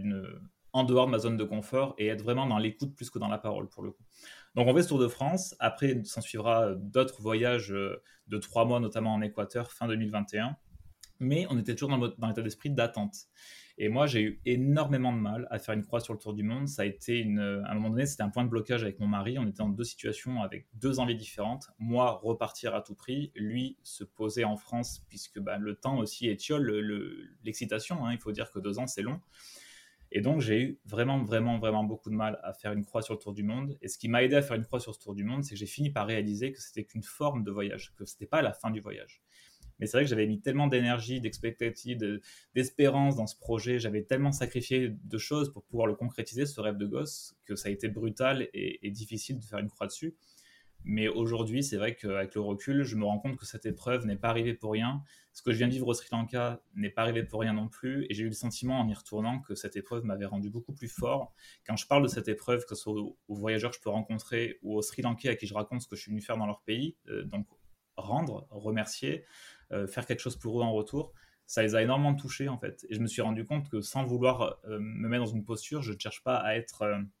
en dehors de ma zone de confort et être vraiment dans l'écoute plus que dans la parole, pour le coup. Donc on fait ce Tour de France. Après, s'en suivra d'autres voyages de 3 mois, notamment en Équateur, fin 2021. Mais on était toujours dans l'état d'esprit d'attente. Et moi, j'ai eu énormément de mal à faire une croix sur le Tour du monde. Ça a été à un moment donné, c'était un point de blocage avec mon mari. On était dans deux situations avec deux envies différentes. Moi, repartir à tout prix. Lui, se poser en France, puisque le temps aussi étiole l'excitation. Hein. Il faut dire que 2 ans, c'est long. Et donc, j'ai eu vraiment, vraiment, vraiment beaucoup de mal à faire une croix sur le Tour du monde. Et ce qui m'a aidé à faire une croix sur ce Tour du monde, c'est que j'ai fini par réaliser que c'était qu'une forme de voyage, que ce n'était pas la fin du voyage. Mais c'est vrai que j'avais mis tellement d'énergie, d'expectative, d'espérance dans ce projet, j'avais tellement sacrifié de choses pour pouvoir le concrétiser, ce rêve de gosse, que ça a été brutal et difficile de faire une croix dessus. Mais aujourd'hui, c'est vrai qu'avec le recul, je me rends compte que cette épreuve n'est pas arrivée pour rien. Ce que je viens de vivre au Sri Lanka n'est pas arrivé pour rien non plus. Et j'ai eu le sentiment en y retournant que cette épreuve m'avait rendu beaucoup plus fort. Quand je parle de cette épreuve, que ce soit aux voyageurs que je peux rencontrer ou aux Sri Lankais à qui je raconte ce que je suis venu faire dans leur pays, donc rendre, remercier, faire quelque chose pour eux en retour, ça les a énormément touchés en fait. Et je me suis rendu compte que sans vouloir me mettre dans une posture, je ne cherche pas à être...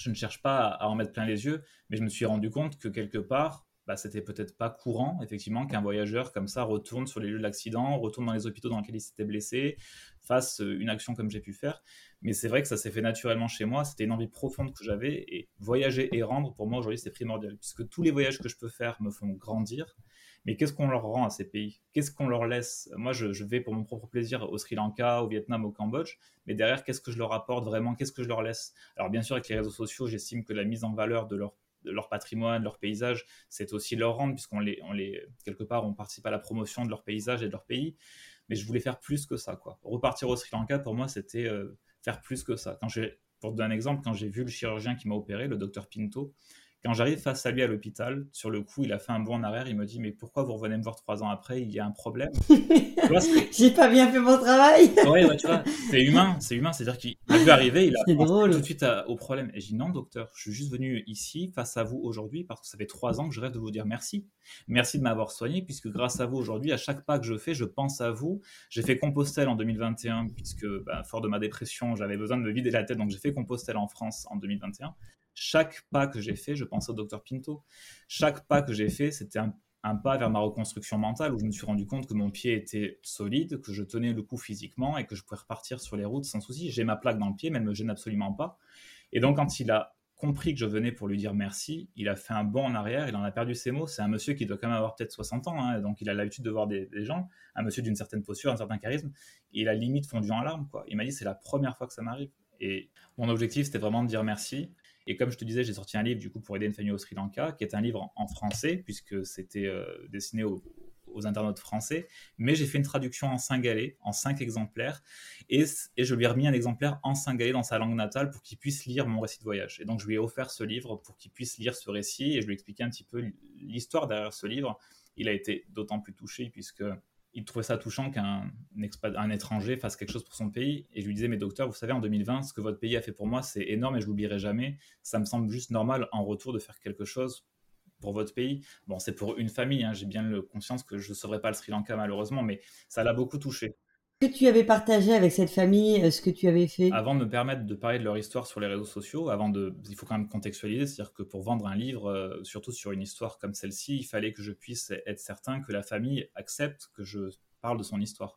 je ne cherche pas à en mettre plein les yeux, mais je me suis rendu compte que quelque part, c'était peut-être pas courant, effectivement, qu'un voyageur comme ça retourne sur les lieux de l'accident, retourne dans les hôpitaux dans lesquels il s'était blessé, fasse une action comme j'ai pu faire. Mais c'est vrai que ça s'est fait naturellement chez moi, c'était une envie profonde que j'avais, et voyager et rendre, pour moi, aujourd'hui, c'est primordial, puisque tous les voyages que je peux faire me font grandir. Mais qu'est-ce qu'on leur rend à ces pays? Qu'est-ce qu'on leur laisse? Moi, je vais pour mon propre plaisir au Sri Lanka, au Vietnam, au Cambodge, mais derrière, qu'est-ce que je leur apporte vraiment? Qu'est-ce que je leur laisse? Alors, bien sûr, avec les réseaux sociaux, j'estime que la mise en valeur de leur patrimoine, de leur paysage, c'est aussi leur rendre, quelque part, on participe à la promotion de leur paysage et de leur pays. Mais je voulais faire plus que ça, quoi. Repartir au Sri Lanka, pour moi, c'était faire plus que ça. Pour te donner un exemple, quand j'ai vu le chirurgien qui m'a opéré, le docteur Pinto, quand j'arrive face à lui à l'hôpital, sur le coup, il a fait un bond en arrière, il me dit « Mais pourquoi vous revenez me voir 3 ans après? Il y a un problème ?» Tu vois, J'ai pas bien fait mon travail. ouais, tu vois, c'est humain, c'est-à-dire qu'il m'a vu arriver, il a C'est pensé tout drôle. de suite au problème. Et je dis non, docteur, je suis juste venu ici, face à vous aujourd'hui, parce que ça fait 3 ans que je rêve de vous dire merci. Merci de m'avoir soigné, puisque grâce à vous aujourd'hui, à chaque pas que je fais, je pense à vous. J'ai fait Compostelle en 2021, puisque, fort de ma dépression, j'avais besoin de me vider la tête, donc j'ai fait Compostelle en France en 2021. Chaque pas que j'ai fait, je pensais au docteur Pinto. Chaque pas que j'ai fait, c'était un pas vers ma reconstruction mentale où je me suis rendu compte que mon pied était solide, que je tenais le coup physiquement et que je pouvais repartir sur les routes sans souci. J'ai ma plaque dans le pied, mais elle ne me gêne absolument pas. Et donc, quand il a compris que je venais pour lui dire merci, il a fait un bond en arrière, il en a perdu ses mots. C'est un monsieur qui doit quand même avoir peut-être 60 ans, hein, donc il a l'habitude de voir des gens, un monsieur d'une certaine posture, un certain charisme, et il a limite fondu en larmes, quoi. Il m'a dit, c'est la première fois que ça m'arrive. Et mon objectif, c'était vraiment de dire merci. Et comme je te disais, j'ai sorti un livre du coup pour aider une famille au Sri Lanka, qui est un livre en français, puisque c'était destiné aux internautes français, mais j'ai fait une traduction en singalais, en 5 exemplaires, et je lui ai remis un exemplaire en singalais dans sa langue natale pour qu'il puisse lire mon récit de voyage. Et donc je lui ai offert ce livre pour qu'il puisse lire ce récit, et je lui ai expliqué un petit peu l'histoire derrière ce livre. Il a été d'autant plus touché, puisque il trouvait ça touchant qu'un étranger fasse quelque chose pour son pays. Et je lui disais, mais docteur, vous savez, en 2020, ce que votre pays a fait pour moi, c'est énorme et je l'oublierai jamais. Ça me semble juste normal en retour de faire quelque chose pour votre pays. Bon, c'est pour une famille, hein, j'ai bien conscience que je ne sauverai pas le Sri Lanka malheureusement, mais ça l'a beaucoup touché. Que tu avais partagé avec cette famille ce que tu avais fait? Avant de me permettre de parler de leur histoire sur les réseaux sociaux, il faut quand même contextualiser, c'est-à-dire que pour vendre un livre, surtout sur une histoire comme celle-ci, il fallait que je puisse être certain que la famille accepte que je parle de son histoire.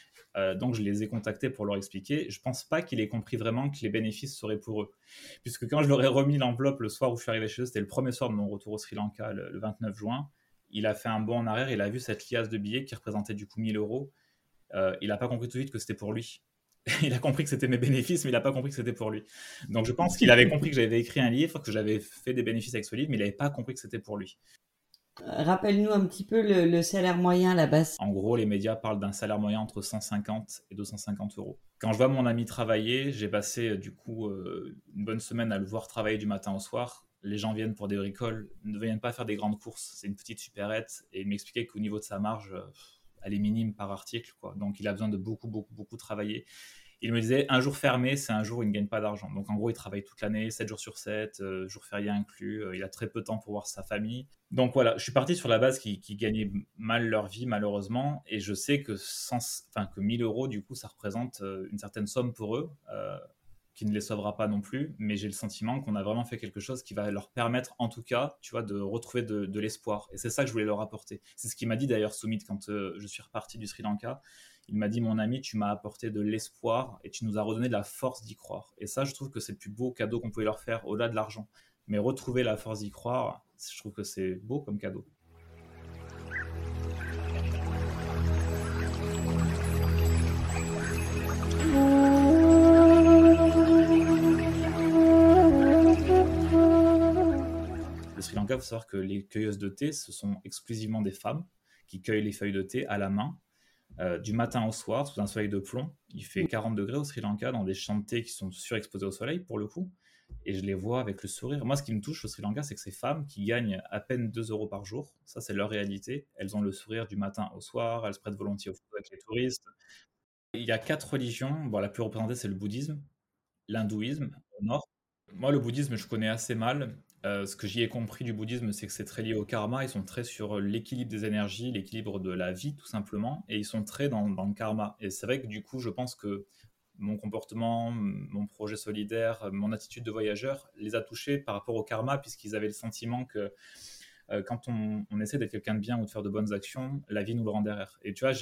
Donc je les ai contactés pour leur expliquer. Je pense pas qu'il ait compris vraiment que les bénéfices seraient pour eux. Puisque quand je leur ai remis l'enveloppe le soir où je suis arrivé chez eux, c'était le premier soir de mon retour au Sri Lanka, le 29 juin, il a fait un bond en arrière, il a vu cette liasse de billets qui représentait du coup 1 000 euros. Il n'a pas compris tout de suite que c'était pour lui. Il a compris que c'était mes bénéfices, mais il n'a pas compris que c'était pour lui. Donc je pense qu'il avait compris que j'avais écrit un livre, que j'avais fait des bénéfices avec ce livre, mais il n'avait pas compris que c'était pour lui. Rappelle-nous un petit peu le salaire moyen là-bas. En gros, les médias parlent d'un salaire moyen entre 150 et 250 euros. Quand je vois mon ami travailler, j'ai passé du coup une bonne semaine à le voir travailler du matin au soir. Les gens viennent pour des bricoles, ne viennent pas faire des grandes courses. C'est une petite supérette et il m'expliquait qu'au niveau de sa marge, elle est minime par article, quoi. Donc il a besoin de beaucoup, beaucoup, beaucoup travailler. Il me disait, un jour fermé, c'est un jour où il ne gagne pas d'argent. Donc en gros, il travaille toute l'année, 7 jours sur 7, jours fériés inclus. Il a très peu de temps pour voir sa famille. Donc voilà, je suis parti sur la base qui gagnaient mal leur vie, malheureusement. Et je sais que, que 1 000 euros, du coup, ça représente une certaine somme pour eux, qui ne les sauvera pas non plus. Mais j'ai le sentiment qu'on a vraiment fait quelque chose qui va leur permettre, en tout cas, tu vois, de retrouver de l'espoir. Et c'est ça que je voulais leur apporter. C'est ce qu'il m'a dit d'ailleurs, Soumit, quand je suis reparti du Sri Lanka. Il m'a dit, mon ami, tu m'as apporté de l'espoir et tu nous as redonné de la force d'y croire. Et ça, je trouve que c'est le plus beau cadeau qu'on pouvait leur faire, au-delà de l'argent. Mais retrouver la force d'y croire, je trouve que c'est beau comme cadeau. Le Sri Lanka, il faut savoir que les cueilleuses de thé, ce sont exclusivement des femmes qui cueillent les feuilles de thé à la main. Du matin au soir, sous un soleil de plomb. Il fait 40 degrés au Sri Lanka, dans des champs de thé qui sont surexposés au soleil, pour le coup. Et je les vois avec le sourire. Moi, ce qui me touche au Sri Lanka, c'est que ces femmes qui gagnent à peine 2 euros par jour, ça, c'est leur réalité. Elles ont le sourire du matin au soir, elles se prêtent volontiers aux photos avec les touristes. Il y a 4 religions. Bon, la plus représentée, c'est le bouddhisme, l'hindouisme, au nord. Moi, le bouddhisme, je connais assez mal. Ce que j'y ai compris du bouddhisme, c'est que c'est très lié au karma. Ils sont très sur l'équilibre des énergies, l'équilibre de la vie, tout simplement. Et ils sont très dans le karma. Et c'est vrai que du coup, je pense que mon comportement, mon projet solidaire, mon attitude de voyageur les a touchés par rapport au karma, puisqu'ils avaient le sentiment que quand on essaie d'être quelqu'un de bien ou de faire de bonnes actions, la vie nous le rend derrière. Et tu vois,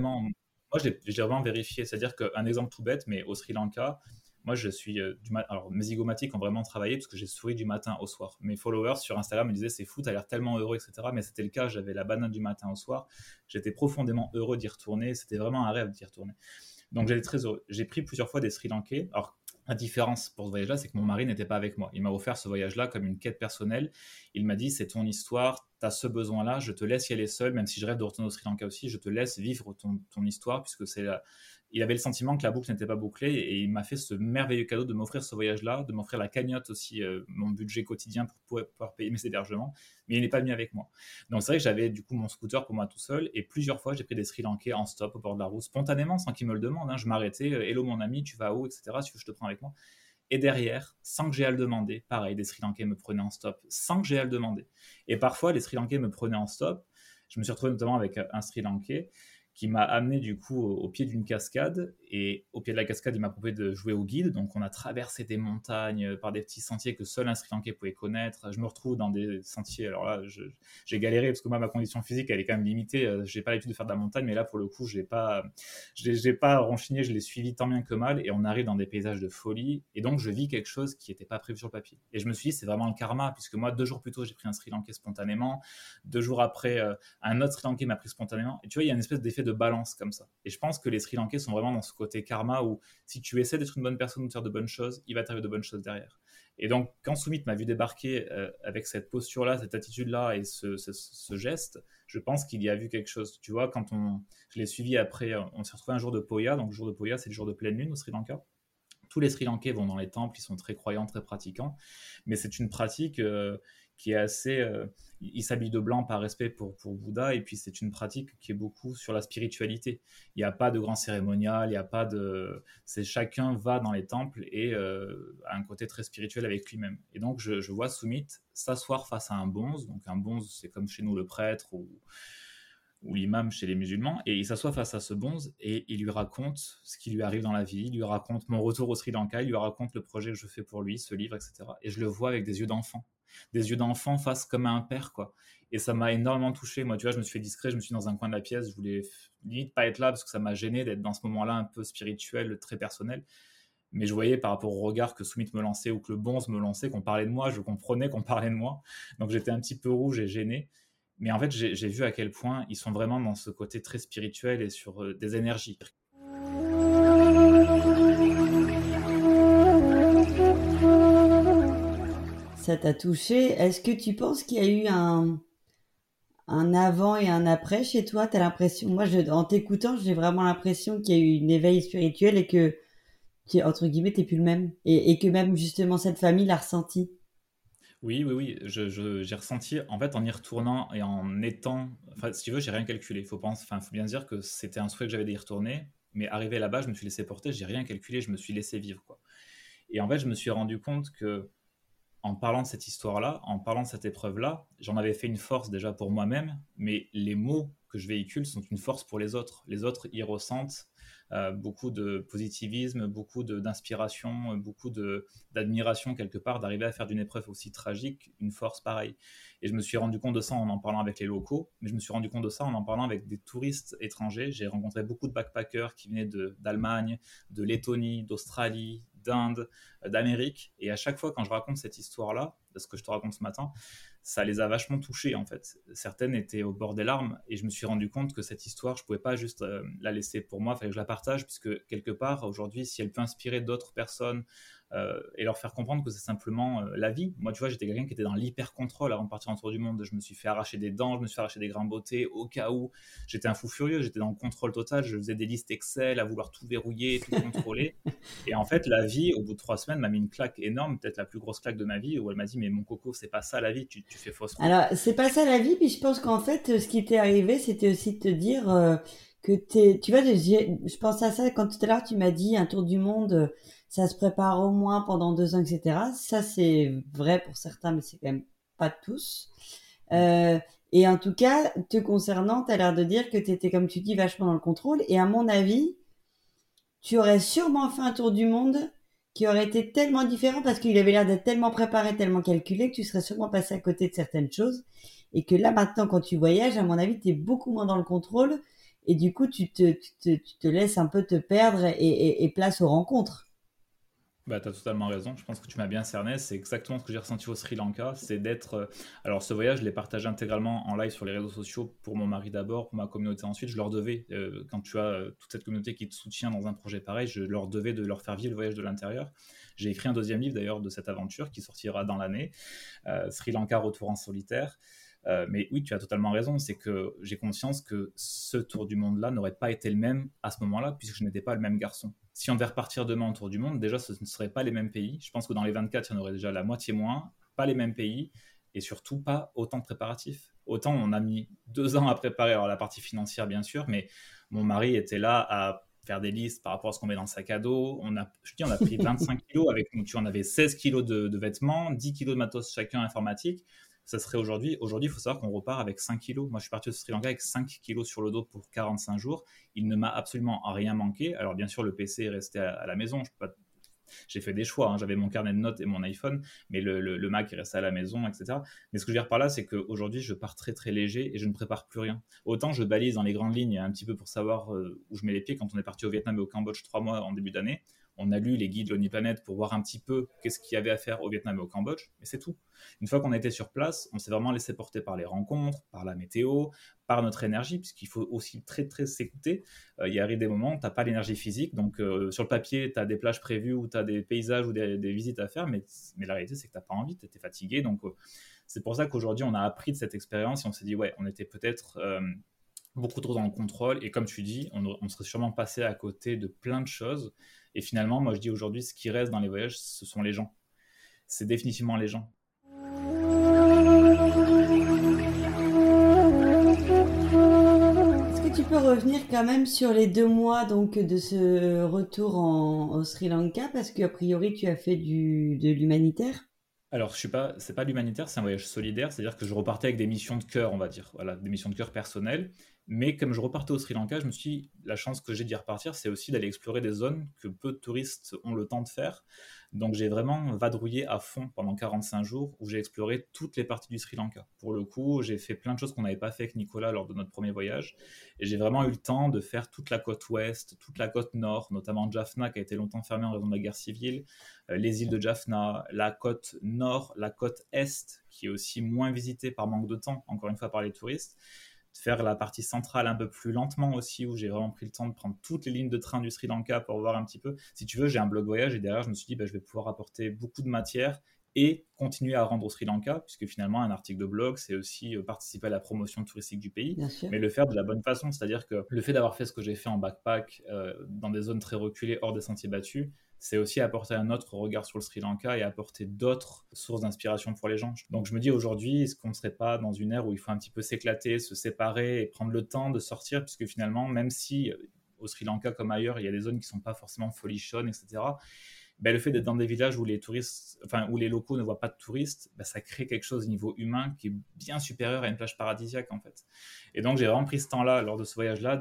j'ai vraiment vérifié. C'est-à-dire qu'un exemple tout bête, mais au Sri Lanka, moi, je suis alors mes zygomatiques ont vraiment travaillé parce que j'ai souri du matin au soir. Mes followers sur Instagram me disaient c'est fou, t'as l'air tellement heureux, etc. Mais c'était le cas. J'avais la banane du matin au soir. J'étais profondément heureux d'y retourner. C'était vraiment un rêve d'y retourner. Donc j'étais très heureux. J'ai pris plusieurs fois des Sri Lankais. Alors la différence pour ce voyage-là, c'est que mon mari n'était pas avec moi. Il m'a offert ce voyage-là comme une quête personnelle. Il m'a dit, c'est ton histoire, tu as ce besoin-là, je te laisse y aller seul, même si je rêve de retourner au Sri Lanka aussi, je te laisse vivre ton histoire, puisque il avait le sentiment que la boucle n'était pas bouclée, et il m'a fait ce merveilleux cadeau de m'offrir ce voyage-là, de m'offrir la cagnotte aussi, mon budget quotidien pour pouvoir payer mes hébergements, mais il n'est pas venu avec moi. Donc c'est vrai que j'avais du coup mon scooter pour moi tout seul, et plusieurs fois j'ai pris des Sri Lankais en stop au bord de la route, spontanément, sans qu'ils me le demandent. Je m'arrêtais, hello mon ami, tu vas où, etc. Si tu veux, je te prends avec moi. Et derrière, sans que j'ai à le demander, pareil, des Sri Lankais me prenaient en stop, sans que j'ai à le demander. Et parfois, les Sri Lankais me prenaient en stop. Je me suis retrouvé notamment avec un Sri Lankais qui m'a amené du coup au pied d'une cascade. Et au pied de la cascade, il m'a proposé de jouer au guide. Donc on a traversé des montagnes par des petits sentiers que seul un Sri Lankais pouvait connaître. Je me retrouve dans des sentiers. Alors là, j'ai galéré parce que moi, ma condition physique, elle est quand même limitée. Je n'ai pas l'habitude de faire de la montagne, mais là, pour le coup, je n'ai pas renchigné, je l'ai suivi tant bien que mal. Et on arrive dans des paysages de folie. Et donc, je vis quelque chose qui n'était pas prévu sur le papier. Et je me suis dit, c'est vraiment le karma, puisque moi, 2 jours plus tôt, j'ai pris un Sri Lankais spontanément. 2 jours après, un autre Sri Lankais m'a pris spontanément. Et tu vois, il y a une espèce d'effet de balance comme ça. Et je pense que les Sri Lankais sont vraiment dans ce côté karma où si tu essaies d'être une bonne personne ou de faire de bonnes choses, il va t'arriver de bonnes choses derrière. Et donc, quand Soumit m'a vu débarquer avec cette posture-là, cette attitude-là et ce geste, je pense qu'il y a vu quelque chose. Tu vois, je l'ai suivi après, on s'est retrouvé un jour de Poya. Donc, le jour de Poya, c'est le jour de pleine lune au Sri Lanka. Tous les Sri Lankais vont dans les temples, ils sont très croyants, très pratiquants, mais c'est une pratique qui est assez... ils s'habillent de blanc par respect pour Bouddha, et puis c'est une pratique qui est beaucoup sur la spiritualité. Il n'y a pas de grand cérémonial, il n'y a pas de... Chacun va dans les temples et a un côté très spirituel avec lui-même. Et donc je vois Soumit s'asseoir face à un bonze. Donc un bonze, c'est comme chez nous le prêtre ou l'imam chez les musulmans, et il s'assoit face à ce bonze et il lui raconte ce qui lui arrive dans la vie, il lui raconte mon retour au Sri Lanka, il lui raconte le projet que je fais pour lui, ce livre, etc. Et je le vois avec des yeux d'enfant face comme à un père, quoi. Et ça m'a énormément touché. Moi, tu vois, je me suis fait discret, je me suis mis dans un coin de la pièce, je voulais limite pas être là parce que ça m'a gêné d'être dans ce moment-là un peu spirituel, très personnel. Mais je voyais par rapport au regard que Soumit me lançait ou que le bonze me lançait, qu'on parlait de moi, je comprenais qu'on parlait de moi. Donc j'étais un petit peu rouge et gêné. Mais en fait, j'ai vu à quel point ils sont vraiment dans ce côté très spirituel et sur des énergies. Ça t'a touché. Est-ce que tu penses qu'il y a eu un avant et un après chez toi? T'as l'impression, moi, en t'écoutant, j'ai vraiment l'impression qu'il y a eu une éveil spirituel et que, entre guillemets, t'es plus le même. Et que même, justement, cette famille l'a ressenti. Oui, oui, oui, j'ai ressenti, en fait, en y retournant et en étant... Enfin, si tu veux, j'ai rien calculé. Faut bien dire que c'était un souhait que j'avais d'y retourner, mais arrivé là-bas, je me suis laissé porter, j'ai rien calculé, je me suis laissé vivre, quoi. Et en fait, je me suis rendu compte que en parlant de cette histoire-là, en parlant de cette épreuve-là, j'en avais fait une force déjà pour moi-même, mais les mots que je véhicule sont une force pour les autres. Les autres y ressentent beaucoup de positivisme, beaucoup d'inspiration, beaucoup d'admiration quelque part, d'arriver à faire d'une épreuve aussi tragique une force pareille. Et je me suis rendu compte de ça en parlant avec les locaux, mais je me suis rendu compte de ça en parlant avec des touristes étrangers. J'ai rencontré beaucoup de backpackers qui venaient d'Allemagne, de Lettonie, d'Australie, d'Inde, d'Amérique. Et à chaque fois, quand je raconte cette histoire-là, de ce que je te raconte ce matin, ça les a vachement touchés, en fait. Certaines étaient au bord des larmes, et je me suis rendu compte que cette histoire, je ne pouvais pas juste la laisser pour moi, il fallait que je la partage, puisque quelque part, aujourd'hui, si elle peut inspirer d'autres personnes et leur faire comprendre que c'est simplement la vie. Moi, tu vois, j'étais quelqu'un qui était dans l'hyper-contrôle avant de partir en tour du monde. Je me suis fait arracher des dents, je me suis fait arracher des grains de beauté au cas où. J'étais un fou furieux, j'étais dans le contrôle total, je faisais des listes Excel à vouloir tout verrouiller, tout contrôler. Et en fait, la vie, au bout de 3 semaines, m'a mis une claque énorme, peut-être la plus grosse claque de ma vie, où elle m'a dit, mais mon coco, c'est pas ça la vie, tu fais fausse route. Alors, c'est pas ça la vie, puis je pense qu'en fait, ce qui t'est arrivé, c'était aussi de te dire que tu vois, je pense à ça quand tout à l'heure tu m'as dit un tour du monde, ça se prépare au moins pendant 2 ans, etc. Ça, c'est vrai pour certains, mais c'est quand même pas tous. Et en tout cas, te concernant, t'as l'air de dire que t'étais, comme tu dis, vachement dans le contrôle. Et à mon avis, tu aurais sûrement fait un tour du monde qui aurait été tellement différent parce qu'il avait l'air d'être tellement préparé, tellement calculé que tu serais sûrement passé à côté de certaines choses. Et que là, maintenant, quand tu voyages, à mon avis, tu es beaucoup moins dans le contrôle. Et du coup, tu te laisses un peu te perdre et place aux rencontres. Bah, tu as totalement raison. Je pense que tu m'as bien cerné. C'est exactement ce que j'ai ressenti au Sri Lanka. C'est d'être. Alors, ce voyage, je l'ai partagé intégralement en live sur les réseaux sociaux pour mon mari d'abord, pour ma communauté ensuite. Je leur devais, quand tu as toute cette communauté qui te soutient dans un projet pareil, je leur devais de leur faire vivre le voyage de l'intérieur. J'ai écrit un deuxième livre d'ailleurs de cette aventure qui sortira dans l'année, Sri Lanka, retour en solitaire. Mais oui, tu as totalement raison, c'est que j'ai conscience que ce tour du monde-là n'aurait pas été le même à ce moment-là, puisque je n'étais pas le même garçon. Si on devait repartir demain en tour du monde, déjà, ce ne seraient pas les mêmes pays. Je pense que dans les 24, il y en aurait déjà la moitié moins, pas les mêmes pays, et surtout pas autant de préparatifs. Autant on a mis 2 ans à préparer, alors la partie financière bien sûr, mais mon mari était là à faire des listes par rapport à ce qu'on met dans le sac à dos. On a pris 25 kilos avec nous. On avait 16 kilos de vêtements, 10 kilos de matos chacun informatique. Ça serait aujourd'hui, il faut savoir qu'on repart avec 5 kilos. Moi, je suis parti au Sri Lanka avec 5 kilos sur le dos pour 45 jours. Il ne m'a absolument rien manqué. Alors, bien sûr, le PC est resté à la maison. J'ai fait des choix. Hein. J'avais mon carnet de notes et mon iPhone, mais le Mac est resté à la maison, etc. Mais ce que je veux dire par là, c'est qu'aujourd'hui, je pars très, très léger et je ne prépare plus rien. Autant je balise dans les grandes lignes un petit peu pour savoir où je mets les pieds. Quand on est parti au Vietnam et au Cambodge 3 mois en début d'année, on a lu les guides Lonely pour voir un petit peu qu'est-ce qu'il y avait à faire au Vietnam et au Cambodge, mais c'est tout. Une fois qu'on était sur place, on s'est vraiment laissé porter par les rencontres, par la météo, par notre énergie, puisqu'il faut aussi très très s'écouter. Il arrive des moments où tu n'as pas l'énergie physique, donc sur le papier, tu as des plages prévues ou tu as des paysages ou des visites à faire, mais la réalité, c'est que tu n'as pas envie, tu étais fatigué. Donc c'est pour ça qu'aujourd'hui, on a appris de cette expérience et on s'est dit, ouais, on était peut-être beaucoup trop dans le contrôle, et comme tu dis, on serait sûrement passé à côté de plein de choses. Et finalement, moi je dis aujourd'hui, ce qui reste dans les voyages, ce sont les gens. C'est définitivement les gens. Est-ce que tu peux revenir quand même sur les 2 mois donc, de ce retour au Sri Lanka, parce qu'a priori tu as fait de l'humanitaire? Alors, c'est pas l'humanitaire, c'est un voyage solidaire, c'est-à-dire que je repartais avec des missions de cœur, on va dire, voilà, des missions de cœur personnelles. Mais comme je repartais au Sri Lanka, je me suis dit, la chance que j'ai d'y repartir, c'est aussi d'aller explorer des zones que peu de touristes ont le temps de faire. Donc, j'ai vraiment vadrouillé à fond pendant 45 jours où j'ai exploré toutes les parties du Sri Lanka. Pour le coup, j'ai fait plein de choses qu'on n'avait pas fait avec Nicolas lors de notre premier voyage. Et j'ai vraiment eu le temps de faire toute la côte ouest, toute la côte nord, notamment Jaffna qui a été longtemps fermée en raison de la guerre civile, les îles de Jaffna, la côte nord, la côte est, qui est aussi moins visitée par manque de temps, encore une fois par les touristes. Faire la partie centrale un peu plus lentement aussi, où j'ai vraiment pris le temps de prendre toutes les lignes de train du Sri Lanka pour voir un petit peu. Si tu veux, j'ai un blog voyage et derrière, je me suis dit, je vais pouvoir apporter beaucoup de matière et continuer à rendre au Sri Lanka, puisque finalement, un article de blog, c'est aussi participer à la promotion touristique du pays, mais le faire de la bonne façon. C'est-à-dire que le fait d'avoir fait ce que j'ai fait en backpack, dans des zones très reculées, hors des sentiers battus, c'est aussi apporter un autre regard sur le Sri Lanka et apporter d'autres sources d'inspiration pour les gens. Donc je me dis aujourd'hui, est-ce qu'on ne serait pas dans une ère où il faut un petit peu s'éclater, se séparer et prendre le temps de sortir, puisque finalement, même si au Sri Lanka comme ailleurs, il y a des zones qui ne sont pas forcément folichonnes, etc., le fait d'être dans des villages où où les locaux ne voient pas de touristes, ça crée quelque chose au niveau humain qui est bien supérieur à une plage paradisiaque en fait. Et donc j'ai vraiment pris ce temps-là lors de ce voyage-là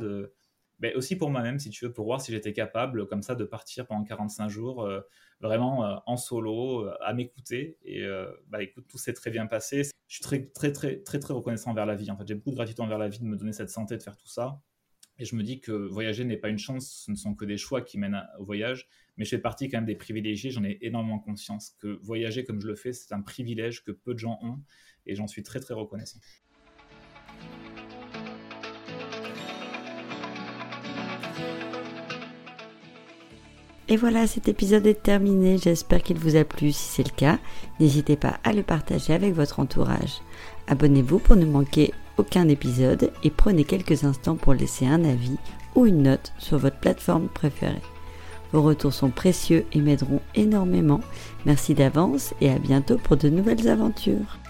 aussi pour moi-même, si tu veux, pour voir si j'étais capable, comme ça, de partir pendant 45 jours, vraiment en solo, à m'écouter. Et écoute, tout s'est très bien passé. Je suis très, très, très, très, très reconnaissant envers la vie. En fait, j'ai beaucoup de gratitude envers la vie de me donner cette santé, de faire tout ça. Et je me dis que voyager n'est pas une chance, ce ne sont que des choix qui mènent au voyage. Mais je fais partie quand même des privilégiés, j'en ai énormément conscience. Que voyager comme je le fais, c'est un privilège que peu de gens ont. Et j'en suis très, très reconnaissant. Et voilà, cet épisode est terminé. J'espère qu'il vous a plu. Si c'est le cas, n'hésitez pas à le partager avec votre entourage. Abonnez-vous pour ne manquer aucun épisode et prenez quelques instants pour laisser un avis ou une note sur votre plateforme préférée. Vos retours sont précieux et m'aideront énormément. Merci d'avance et à bientôt pour de nouvelles aventures.